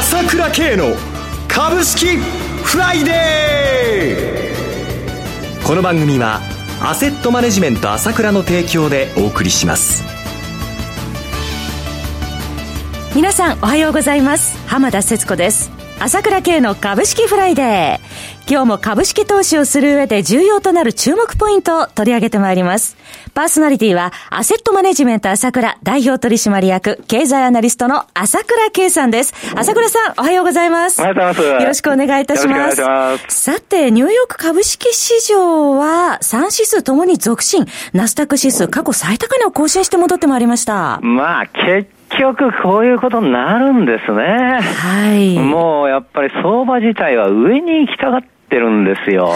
朝倉慶の株式フライデー。この番組はアセットマネジメント朝倉の提供でお送りします。 皆さんおはようございます。浜田節子です。朝倉慶の株式フライデー。今日も株式投資をする上で重要となる注目ポイントを取り上げてまいります。パーソナリティはアセットマネジメント朝倉代表取締役経済アナリストの朝倉慶さんです。朝倉さんおはようござよおはようございます。よろしくお願いいたします。さてニューヨーク株式市場は3指数ともに続伸、ナスダック指数過去最高値を更新して戻ってまいりました。 結局こういうことになるんですね。 はい。 もうやっぱり相場自体は上に行きたがってるんですよ。はい。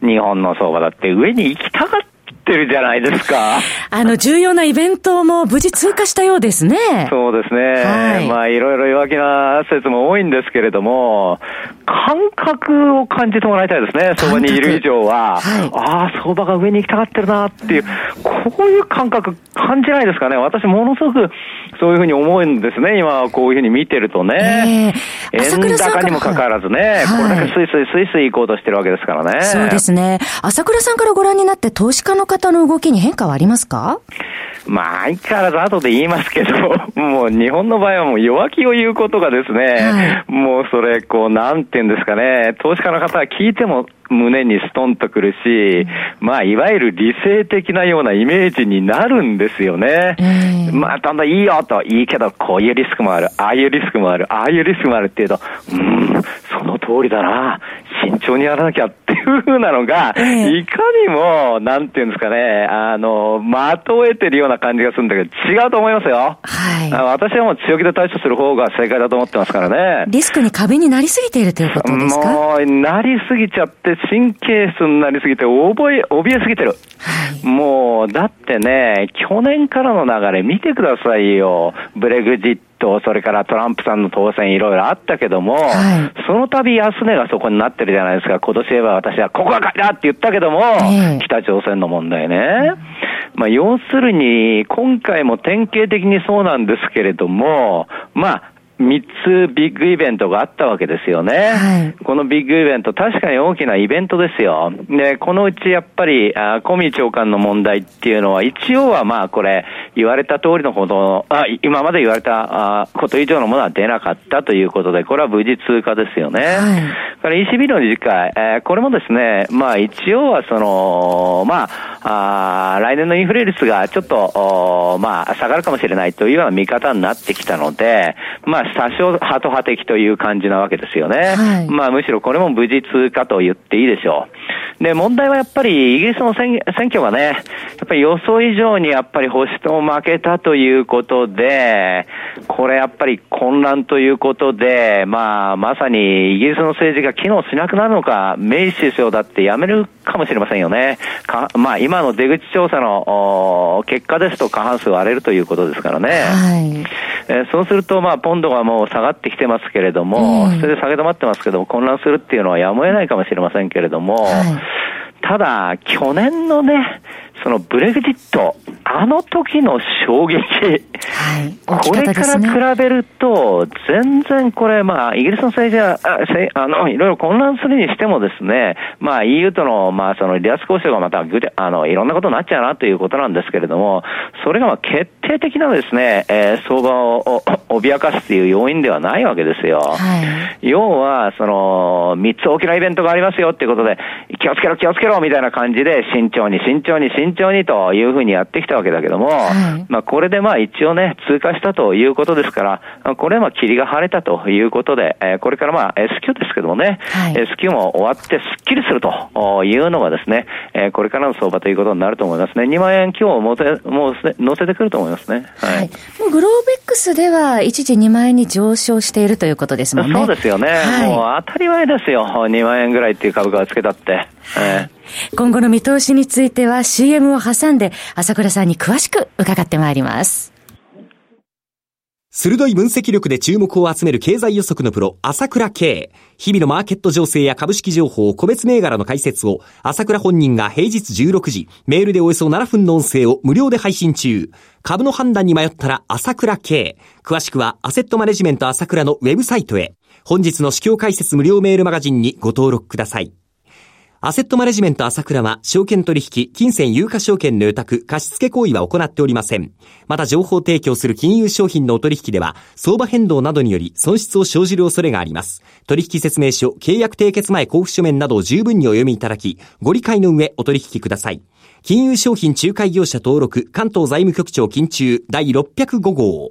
日本の相場だって上に行きたがってるじゃないですか。 重要なイベントも無事通過したようですね。 そうですね。はい。いろいろ弱気な説も多いんですけれども、感覚を感じてもらいたいですね。相場にいる以上は。はい。相場が上に行きたがってるなっていう、こういう感覚感じないですかね。私ものすごくそういうふうに思うんですね。今こういうふうに見てるとね。円高にもかかわらずね、これだけスイスイ行こうとしてるわけですからね。 そうですね。朝倉さんからご覧になって投資家の方の動きに変化はありますか？ 相変わらず後で言いますけど、もう日本の場合はもう弱気を言うことがですね、もうそれなんて言うんですかね、投資家の方は聞いても胸にストンとくるし、いわゆる理性的なようなイメージになるんですよね。だんだんいいよと、いいけどこういうリスクもある、ああいうリスクもある、ああいうリスクもあるっていうと、その通りだな、慎重にやらなきゃっていう風なのが、いかにも、なんていうんですかね、的を得てるような感じがするんだけど、違うと思いますよ。はい。私はもう強気で対処する方が正解だと思ってますからね。 リスクに過敏になりすぎているということですか？ もう、なりすぎちゃって、神経質になりすぎて、怯えすぎてる。もう、だってね、去年からの流れ見てくださいよ。ブレグジット、それからトランプさんの当選いろいろあったけども、その度安値がそこになってるじゃないですか。今年言えば私はここが買いだって言ったけども、北朝鮮の問題ね。要するに、今回も典型的にそうなんですけれども、3つビッグイベントがあったわけですよね。このビッグイベント、確かに大きなイベントですよ。で、このうちやっぱり、コミ長官の問題っていうのは、一応はこれ、言われた通りのほど、今まで言われたこと以上のものは出なかったということで、これは無事通過ですよね。から ECB の理事会、これもですね、一応は来年のインフレ率がちょっと、下がるかもしれないというような見方になってきたので、多少ハト派的という感じなわけですよね。むしろこれも無事通過と言っていいでしょう。で、問題はやっぱりイギリスの選挙がね、やっぱり予想以上にやっぱり保守党負けたということで、これやっぱり混乱ということで、まさにイギリスの政治が機能しなくなるのか、メイ首相だって辞めるかもしれませんよね。今の出口調査の結果ですと過半数割れるということですからね。そうするとポンドがもう下がってきてますけれども、それで下げ止まってますけども、混乱するっていうのはやむを得ないかもしれませんけれども、ただ去年のね、そのブレグジット、あの時の衝撃、これから比べると全然これイギリスの政治はいろいろ混乱するにしてもですね、EU とのその離脱交渉がまたいろんなことになっちゃうなということなんですけれども、それが決定的なですね、相場を脅かすという要因ではないわけですよ。要はその3つ大きなイベントがありますよっていうことで、気をつけろみたいな感じで慎重にというふうにやってきたわけだけども、これで一応ね通過したということですから、これは霧が晴れたということで、これからS q ですけどもね、S q も終わってすっきりするというのがですね、これからの相場ということになると思いますね。2万円今日もう乗せてくると思いますね。 もうグローベックスでは一時2万円に上昇しているということですもんね。 そうですよね。もう当たり前ですよ。2万円ぐらいっていう株価をつけたって。 今後の見通しについては CM を挟んで朝倉さんに詳しく伺ってまいります。 鋭い分析力で注目を集める経済予測のプロ、朝倉慶。日々のマーケット情勢や株式情報、個別銘柄の解説を、朝倉本人が平日16時、メールでおよそ7分の音声を無料で配信中。株の判断に迷ったら朝倉慶。詳しくは、アセットマネジメント朝倉のウェブサイトへ。本日の市況解説無料メールマガジンにご登録ください。アセットマネジメント朝倉は、証券取引、金銭有価証券の予託、貸付行為は行っておりません。また情報提供する金融商品のお取引では、相場変動などにより損失を生じる恐れがあります。取引説明書、契約締結前交付書面などを十分にお読みいただき、ご理解の上お取引ください。金融商品仲介業者登録、関東財務局長金中第605号。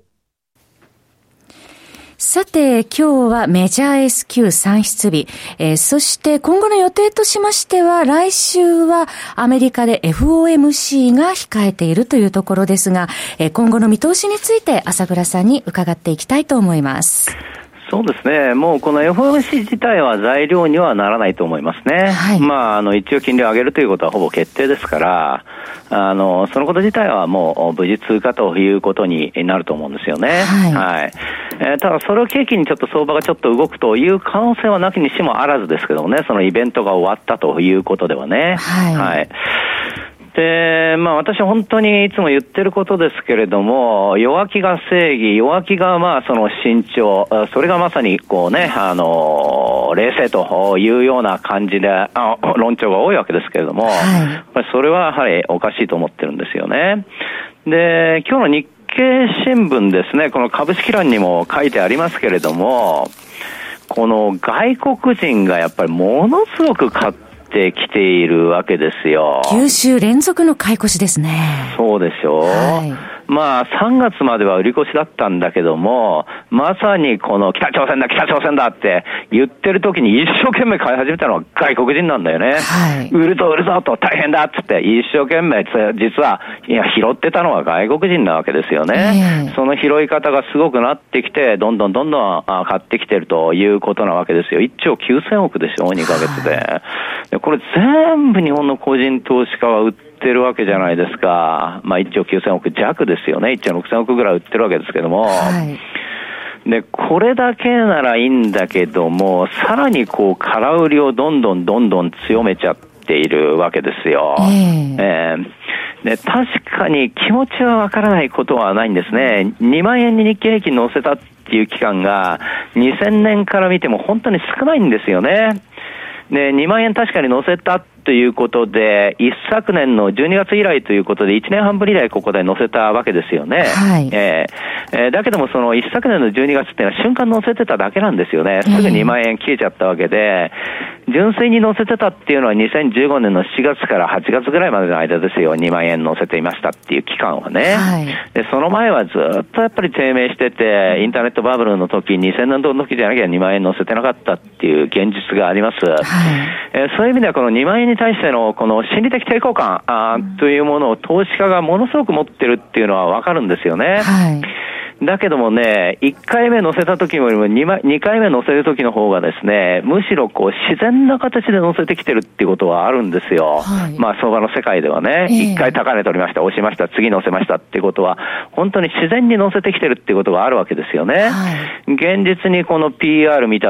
さて、今日はメジャー S q 算出日、そして今後の予定としましては、来週はアメリカで FOMC が控えているというところですが、今後の見通しについて朝倉さんに伺っていきたいと思います。 そうですね。もうこの FOMC 自体は材料にはならないと思いますね。はい、まあ、一応金利を上げるということはほぼ決定ですから、そのこと自体はもう無事通過ということになると思うんですよね。はい。ただそれを契機にちょっと相場がちょっと動くという可能性はなきにしもあらずですけどもね、そのイベントが終わったということではね。はい。で、まあ私は本当にいつも言ってることですけれども、弱気が正義、弱気がまあその慎重、それがまさにこうね、冷静というような感じで、論調が多いわけですけれども、それはやはりおかしいと思ってるんですよね。で、今日の日経新聞ですね、この株式欄にも書いてありますけれども、この外国人がやっぱりものすごく買ってきているわけですよ。 9週連続の買い越しですね。 そうでしょう。まあ3月までは売り越しだったんだけども、まさにこの北朝鮮だって言ってる時に一生懸命買い始めたのは外国人なんだよね。売るぞと大変だっつって一生懸命実は拾ってたのは外国人なわけですよね。その拾い方がすごくなってきて、どんどん買ってきてるということなわけですよ。1兆9000億でしょ、2ヶ月で。これ全部日本の個人投資家は売ってるわけじゃないですか。まあ1兆9000億弱ですよね。1兆6000億ぐらい売ってるわけですけども。で、これだけならいいんだけども、さらにこう空売りをどんどん強めちゃっているわけですよ。で、確かに気持ちはわからないことはないんですね。2万円に日経平均乗せたっていう期間が2000年から見ても本当に少ないんですよね。で、2万円確かに乗せたということで、一昨年の12月以来ということで、1年半ぶり以来ここで乗せたわけですよね。だけどもその一昨年の12月っていうのは瞬間乗せてただけなんですよね。すぐ2万円消えちゃったわけで、純粋に乗せてたっていうのは2015年の7月から8月ぐらいまでの間ですよ。2万円乗せていましたっていう期間はね。で、その前はずっとやっぱり低迷してて、インターネットバブルの時、2000年度の時じゃなきゃ2万円乗せてなかったっていう現実があります。そういう意味ではこの2万円に対してのこの心理的抵抗感というものを投資家がものすごく持ってるっていうのはわかるんですよね。だけどもね、1回目乗せた時よりも2回目乗せる時の方がですね、むしろこう自然な形で乗せてきてるっていうことはあるんですよ。まあ相場の世界ではね、1回高値取りました、押しました、次乗せましたっていうことは、本当に自然に乗せてきてるっていうことがあるわけですよね。現実にこの PR 見たって、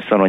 その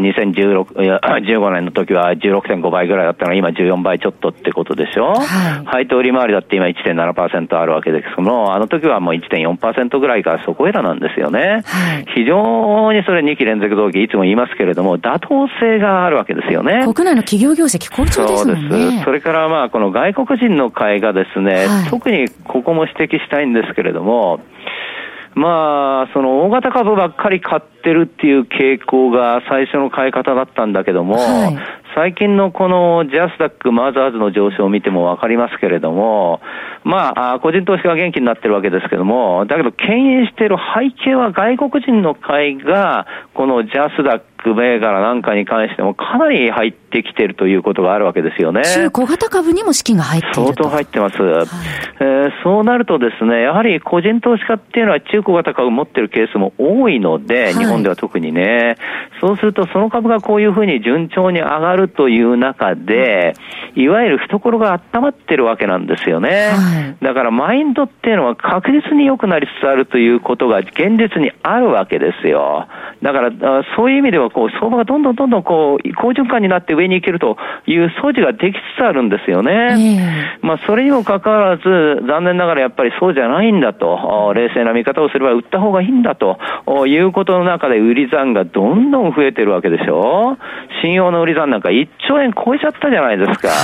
2015年の時は 16.5 倍ぐらいだったのが今14倍ちょっとってことでしょ。配当利回りだって今 1.7% あるわけですけども、あの時はもう 1.4% ぐらいかそこいらなんですよね。非常にそれ2期連続同期いつも言いますけれども、妥当性があるわけですよね。 国内の企業業績好調ですもんね。 そうです。それからまあこの外国人の買いがですね、特にここも指摘したいんですけれども、まあ、その大型株ばっかり買ってるっていう傾向が最初の買い方だったんだけども、最近のこのジャスダック、マザーズの上昇を見てもわかりますけれども、まあ、個人投資家が元気になってるわけですけども、だけど牽引している背景は外国人の買いが、このジャスダック銘柄なんかに関してもかなり入ってきているということがあるわけですよね。 中小型株にも資金が入っていると。 相当入ってます。そうなるとですね、やはり個人投資家っていうのは中小型株持ってるケースも多いので、日本では特にね、そうするとその株がこういうふうに順調に上がるという中で、いわゆる懐が温まってるわけなんですよね。だからマインドっていうのは確実に良くなりつつあるということが現実にあるわけですよ。だからそういう意味では相場がどんどん好循環になって上に行けるという素地ができつつあるんですよね。それにもかかわらず残念ながらやっぱりそうじゃないんだと、冷静な見方をすれば売った方がいいんだということの中で売り算がどんどん増えてるわけでしょ。信用の売り算なんか1兆円超えちゃったじゃないですか。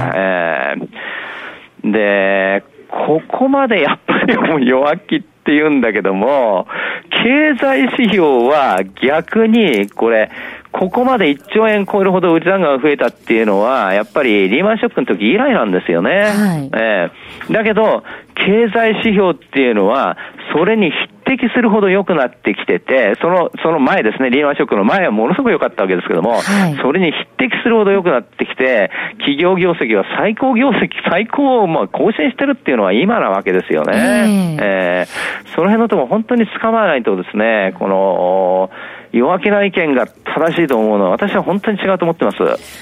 でここまでやっぱりもう弱気って言うんだけども、経済指標は逆にここまで1兆円超えるほど売り残高が増えたっていうのは、やっぱりリーマンショックの時以来なんですよね。だけど、経済指標っていうのは、それに匹敵するほど良くなってきてて、その前ですね、リーマンショックの前はものすごく良かったわけですけども、それに匹敵するほど良くなってきて、企業業績は最高を更新してるっていうのは今なわけですよね。その辺のところ本当に捕まえないとですね、弱気な意見が正しいと思うのは私は本当に違うと思ってます。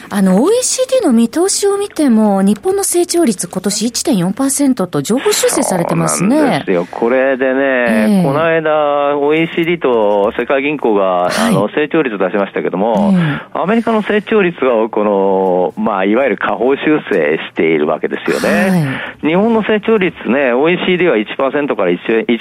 OECD の見通しを見ても日本の成長率今年 1.4% と情報修正されてますね。 そうなんですよ。これでね、この間 OECD と世界銀行が、成長率出しましたけども、アメリカの成長率はいわゆる下方修正しているわけですよね。日本の成長率ね、OECD は 1% から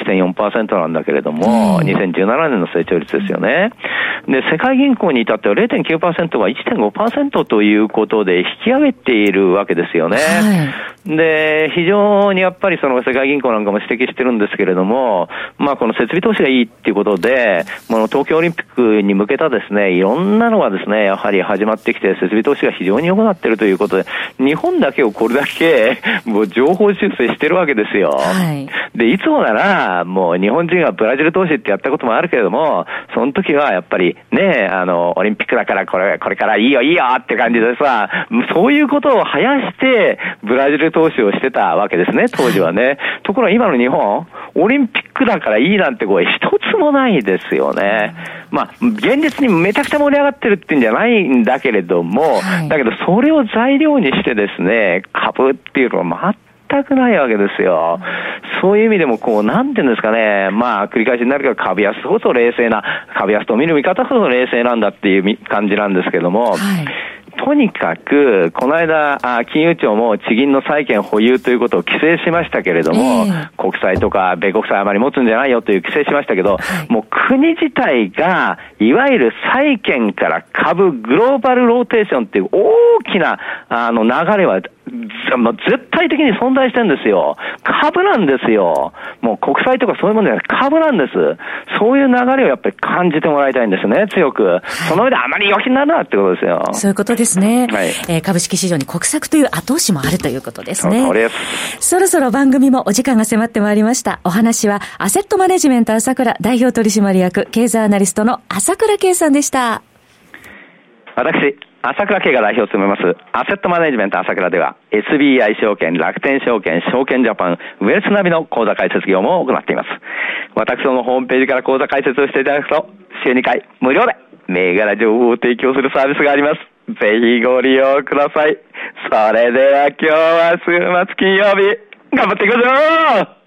1.4% なんだけれども、2017年の成長率ですよね。で、世界銀行に至っては 0.9% が 1.5% ということで引き上げているわけですよね。で、非常にやっぱりその世界銀行なんかも指摘してるんですけれども、この設備投資がいいっていうことで、東京オリンピックに向けたですね、いろんなのがですね、やはり始まってきて、設備投資が非常に良くなっているということで、日本だけをこれだけもう情報修正してるわけですよ。で、いつもなら、もう日本人がブラジル投資ってやったこともあるけれども、その時はやっぱりね、オリンピックだからこれからいいよって感じでさ、そういうことを生やしてブラジル投資をしてたわけですね、当時はね。ところが今の日本、オリンピックだからいいなんて一つもないですよね。現実にめちゃくちゃ盛り上がってるってんじゃないんだけれども、だけどそれを材料にしてですね、株っていうのは全くないわけですよ。そういう意味でもなんていうんですかね、繰り返しになるけど株安こそ冷静な、株安と見る見方こそ冷静なんだっていう感じなんですけども、とにかく、この間、金融庁も地銀の債券保有ということを規制しましたけれども、国債とか米国債あまり持つんじゃないよという規制しましたけど、もう国自体が、いわゆる債券から株、グローバルローテーションっていう大きな、流れは、絶対的に存在してるんですよ。株なんですよ。もう国債とかそういうものじゃなくて株なんです。そういう流れをやっぱり感じてもらいたいんですね、強く。その上であまり弱気になるなってことですよ。 そういうことですね。株式市場に国策という後押しもあるということですね。そろそろ番組もお時間が迫ってまいりました。お話はアセットマネジメント朝倉代表取締役経済アナリストの朝倉圭さんでした。 私、朝倉圭が代表を務めますアセットマネジメント朝倉では SBI 証券、楽天証券、証券ジャパン、ウェルスナビの口座開設業務を行っています。私どものホームページから口座開設をしていただくと週2回無料で銘柄情報を提供するサービスがあります。ぜひご利用ください。それでは今日は週末金曜日頑張っていきましょう。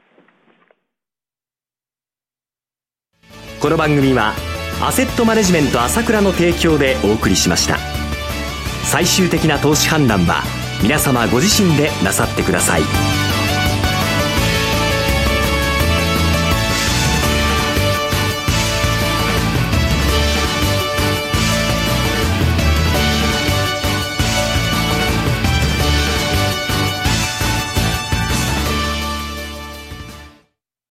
この番組はアセットマネジメント朝倉の提供でお送りしました。最終的な投資判断は皆様ご自身でなさってください。